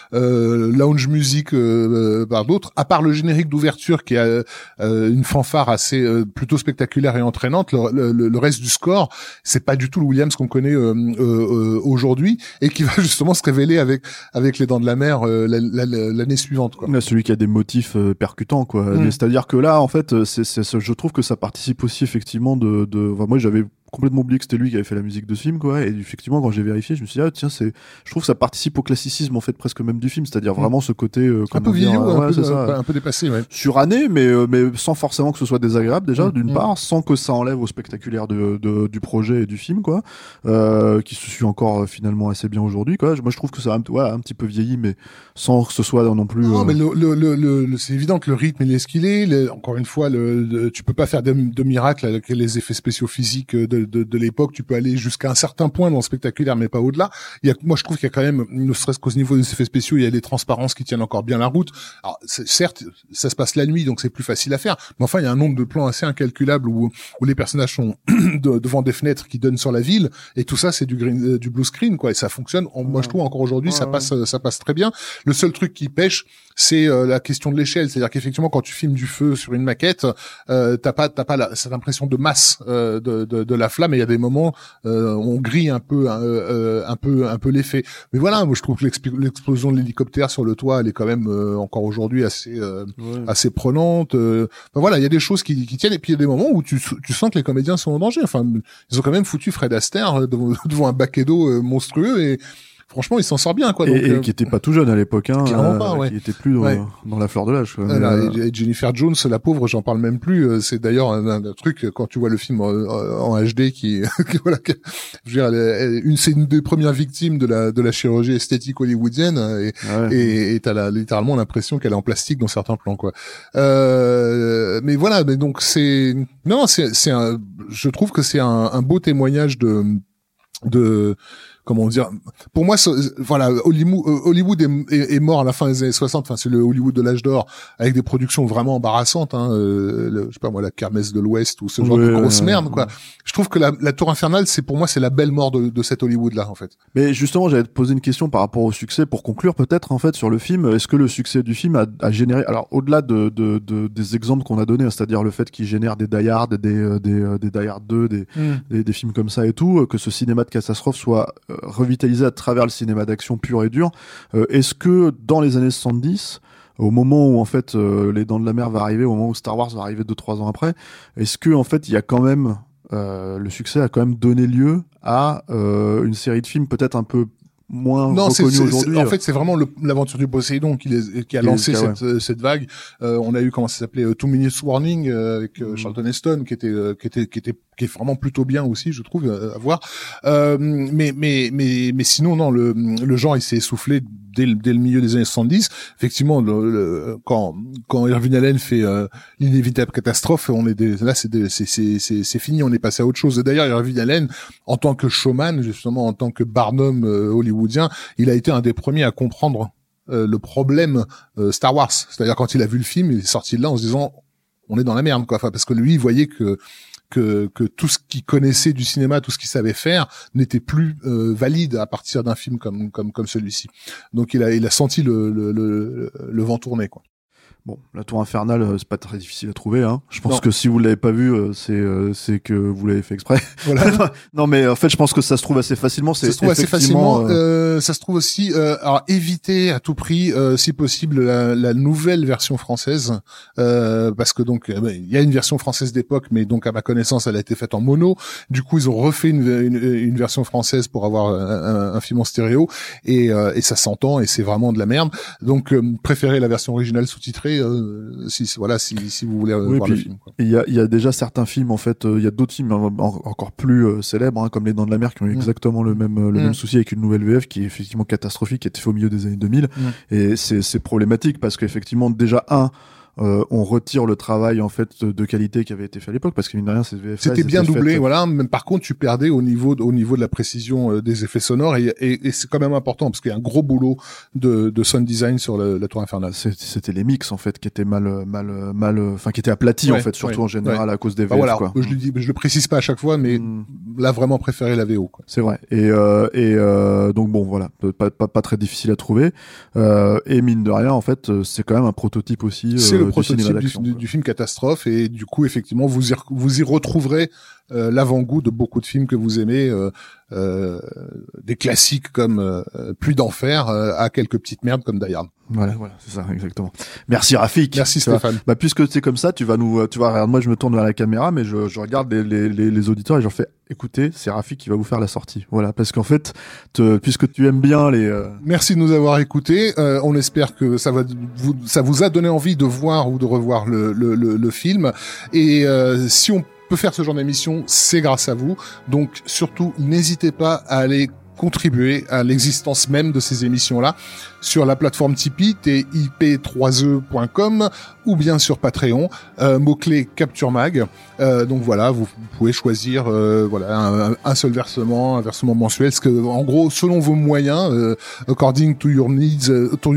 lounge music par d'autres, à part le générique d'ouverture qui a une fanfare assez plutôt spectaculaire et entraînante. Le reste du score, c'est pas du tout le Williams qu'on connaît aujourd'hui et qui va justement se révéler avec Les Dents de la Mer l'année suivante, quoi. Là, celui qui a des motifs percutants, quoi. C'est-à-dire que là, en fait, je trouve que ça participe aussi effectivement enfin, moi j'avais complètement oublié que c'était lui qui avait fait la musique de ce film, quoi. Et effectivement, quand j'ai vérifié, je me suis dit, tiens, je trouve que ça participe au classicisme, en fait, presque même du film. C'est-à-dire vraiment ce côté, un peu vieillot, un peu dépassé, ouais. Suranné, mais sans forcément que ce soit désagréable, déjà, d'une part, sans que ça enlève au spectaculaire du projet et du film, quoi. Qui se suit encore, finalement, assez bien aujourd'hui, quoi. Moi, je trouve que ça a un petit peu vieilli, mais sans que ce soit non plus. Non, mais c'est évident que le rythme, il est ce qu'il est. Encore une fois, tu peux pas faire de miracle avec les effets spéciaux physiques de l'époque. Tu peux aller jusqu'à un certain point dans le spectaculaire, mais pas au-delà. Moi, je trouve qu'il y a quand même, ne serait-ce qu'au niveau des effets spéciaux, il y a des transparences qui tiennent encore bien la route. Alors, certes, ça se passe la nuit, donc c'est plus facile à faire. Mais enfin, il y a un nombre de plans assez incalculable où les personnages sont devant des fenêtres qui donnent sur la ville, et tout ça, c'est du blue screen, quoi. Et ça fonctionne. Moi, je trouve encore aujourd'hui, ça passe très bien. Le seul truc qui pêche, c'est la question de l'échelle. C'est-à-dire qu'effectivement, quand tu filmes du feu sur une maquette, t'as pas cette impression de masse de la flamme. Et il y a des moments, on grille un peu l'effet. Mais voilà, moi je trouve que l'explosion de l'hélicoptère sur le toit, elle est quand même encore aujourd'hui assez prenante. Voilà, il y a des choses qui tiennent. Et puis il y a des moments où tu sens que les comédiens sont en danger. Enfin, ils ont quand même foutu Fred Astaire devant un baquet d'eau monstrueux et franchement, il s'en sort bien, quoi. Donc, et qui était pas tout jeune à l'époque, hein. Clairement pas, ouais. Qui était plus dans la fleur de l'âge, quoi. Et Jennifer Jones, la pauvre, j'en parle même plus. C'est d'ailleurs un truc, quand tu vois le film en HD voilà, je veux dire, c'est une des premières victimes de la chirurgie esthétique hollywoodienne, et t'as littéralement l'impression qu'elle est en plastique dans certains plans, quoi. Mais voilà, mais donc je trouve que c'est un beau témoignage de comment dire, pour moi, voilà, Hollywood est mort à la fin des années 60. Enfin, c'est le Hollywood de l'âge d'or avec des productions vraiment embarrassantes, hein, je sais pas moi, la Kermesse de l'Ouest ou ce genre de grosse merde, quoi. Je trouve que la Tour Infernale, pour moi, c'est la belle mort de cet Hollywood-là, en fait. Mais justement, j'allais te poser une question par rapport au succès pour conclure peut-être, en fait, sur le film. Est-ce que le succès du film a généré, alors au-delà des exemples qu'on a donnés, hein, c'est-à-dire le fait qu'il génère des Die Hard, des Die Hard 2, des films comme ça et tout, que ce cinéma de catastrophe soit revitalisé à travers le cinéma d'action pur et dur. Est-ce que dans les années 70, au moment où en fait Les Dents de la Mer va arriver, au moment où Star Wars va arriver 2-3 ans après, est-ce que en fait il y a quand même le succès a quand même donné lieu à une série de films peut-être un peu moins reconnu aujourd'hui. En fait, c'est vraiment l'aventure du Poséidon qui a lancé cette vague. On a eu, comment ça s'appelait, 2 Minutes Warning avec Charlton Heston, qui est vraiment plutôt bien aussi, je trouve, à voir. Mais sinon, non, le genre, il s'est essoufflé dès le milieu des années 70. Effectivement, quand Irving Allen fait l'inévitable catastrophe, c'est fini, on est passé à autre chose. Et d'ailleurs, Irving Allen, en tant que showman, justement, en tant que Barnum hollywoodien, il a été un des premiers à comprendre le problème Star Wars. C'est-à-dire, quand il a vu le film, il est sorti de là en se disant, on est dans la merde, quoi. Enfin, parce que lui, il voyait que tout ce qu'il connaissait du cinéma, tout ce qu'il savait faire, n'était plus valide à partir d'un film comme celui-ci. Donc il a senti le vent tourner, quoi. Bon, La Tour Infernale, c'est pas très difficile à trouver, hein. Je pense que si vous l'avez pas vu, c'est que vous l'avez fait exprès. Voilà. Non, mais en fait, je pense que ça se trouve assez facilement. Ça se trouve assez facilement. Ça se trouve aussi. Alors, évitez à tout prix, si possible, la nouvelle version française, parce que donc il y a une version française d'époque, mais donc à ma connaissance, elle a été faite en mono. Du coup, ils ont refait une version française pour avoir un film en stéréo, et ça s'entend, et c'est vraiment de la merde. Donc, préférez la version originale sous-titrée. Si vous voulez voir le film. Il y a déjà certains films, en fait, il y a d'autres films encore plus célèbres, hein, comme Les Dents de la Mer, qui ont eu exactement le même souci avec une nouvelle VF qui est effectivement catastrophique, qui a été fait au milieu des années 2000. Et c'est problématique parce qu'effectivement, déjà, on retire le travail en fait de qualité qui avait été fait à l'époque, parce que mine de rien ces VF c'était bien doublé, voilà. Mais par contre, tu perdais au niveau de la précision des effets sonores, et c'est quand même important parce qu'il y a un gros boulot de sound design sur la Tour Infernale. C'était les mix en fait qui étaient enfin qui étaient aplatis en fait, surtout en général à cause des VF. Voilà, quoi. Je le précise pas à chaque fois, mais là vraiment préféré la VO, quoi. C'est vrai. Et donc bon voilà, pas très difficile à trouver. Et mine de rien en fait, c'est quand même un prototype aussi. C'est le prototype du film catastrophe, et du coup effectivement vous y retrouverez l'avant-goût de beaucoup de films que vous aimez, des classiques comme Pluie d'enfer à quelques petites merdes comme Die Hard. Voilà, c'est ça, exactement. Merci Rafik. Merci Stéphane. Puisque c'est comme ça, tu vas, regarde, moi je me tourne vers la caméra, mais je regarde les auditeurs et je leur fais, écoutez, c'est Rafik qui va vous faire la sortie. Voilà, parce qu'en fait, puisque tu aimes bien les... Merci de nous avoir écoutés. On espère que ça vous a donné envie de voir ou de revoir le film. Et si on peut faire ce genre d'émission, c'est grâce à vous. Donc surtout, n'hésitez pas à aller contribuer à l'existence même de ces émissions-là sur la plateforme Tipeee, tip3e.com, ou bien sur Patreon, mot-clé Capture Mag. Donc voilà, vous pouvez choisir un seul versement, un versement mensuel, ce que, en gros, selon vos moyens, according to your needs,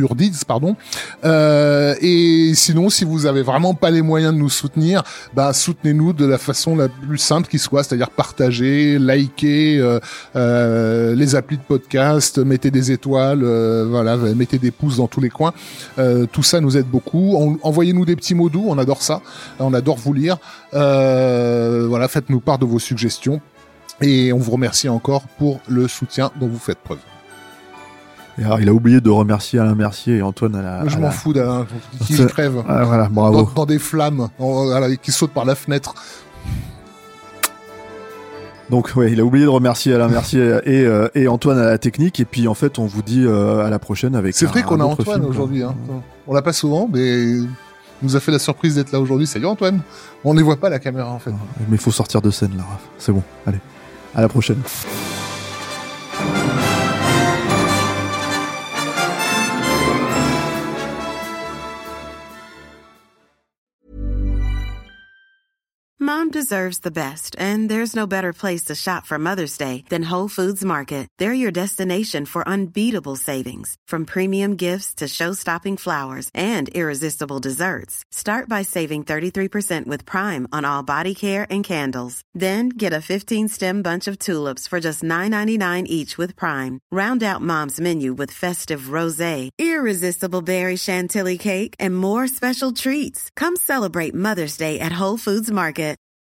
et sinon, si vous avez vraiment pas les moyens de nous soutenir, soutenez-nous de la façon la plus simple qui soit, c'est-à-dire partager, liker les applis de podcast, mettez des étoiles, mettez des pouces dans tous les coins. Tout ça nous aide beaucoup. Envoyez-nous des petits mots doux, on adore ça. On adore vous lire. Faites-nous part de vos suggestions. Et on vous remercie encore pour le soutien dont vous faites preuve. Et alors, il a oublié de remercier Alain Mercier et Antoine Je m'en fous d'Alain, qui crève. Ah, voilà, bravo. Dans des flammes, qui saute par la fenêtre. Donc il a oublié de remercier Alain Mercier et Antoine à la technique, et puis en fait on vous dit à la prochaine avec. C'est vrai qu'on a Antoine film, aujourd'hui, hein. On l'a pas souvent, mais il nous a fait la surprise d'être là aujourd'hui. Salut Antoine. On ne les voit pas à la caméra en fait. Mais il faut sortir de scène là, Raph. C'est bon. Allez, à la prochaine. Mom deserves the best, and there's no better place to shop for Mother's Day than Whole Foods Market. They're your destination for unbeatable savings, from premium gifts to show-stopping flowers and irresistible desserts. Start by saving 33% with Prime on all body care and candles. Then get a 15-stem bunch of tulips for just $9.99 each with Prime. Round out Mom's menu with festive rosé, irresistible berry chantilly cake, and more special treats. Come celebrate Mother's Day at Whole Foods Market.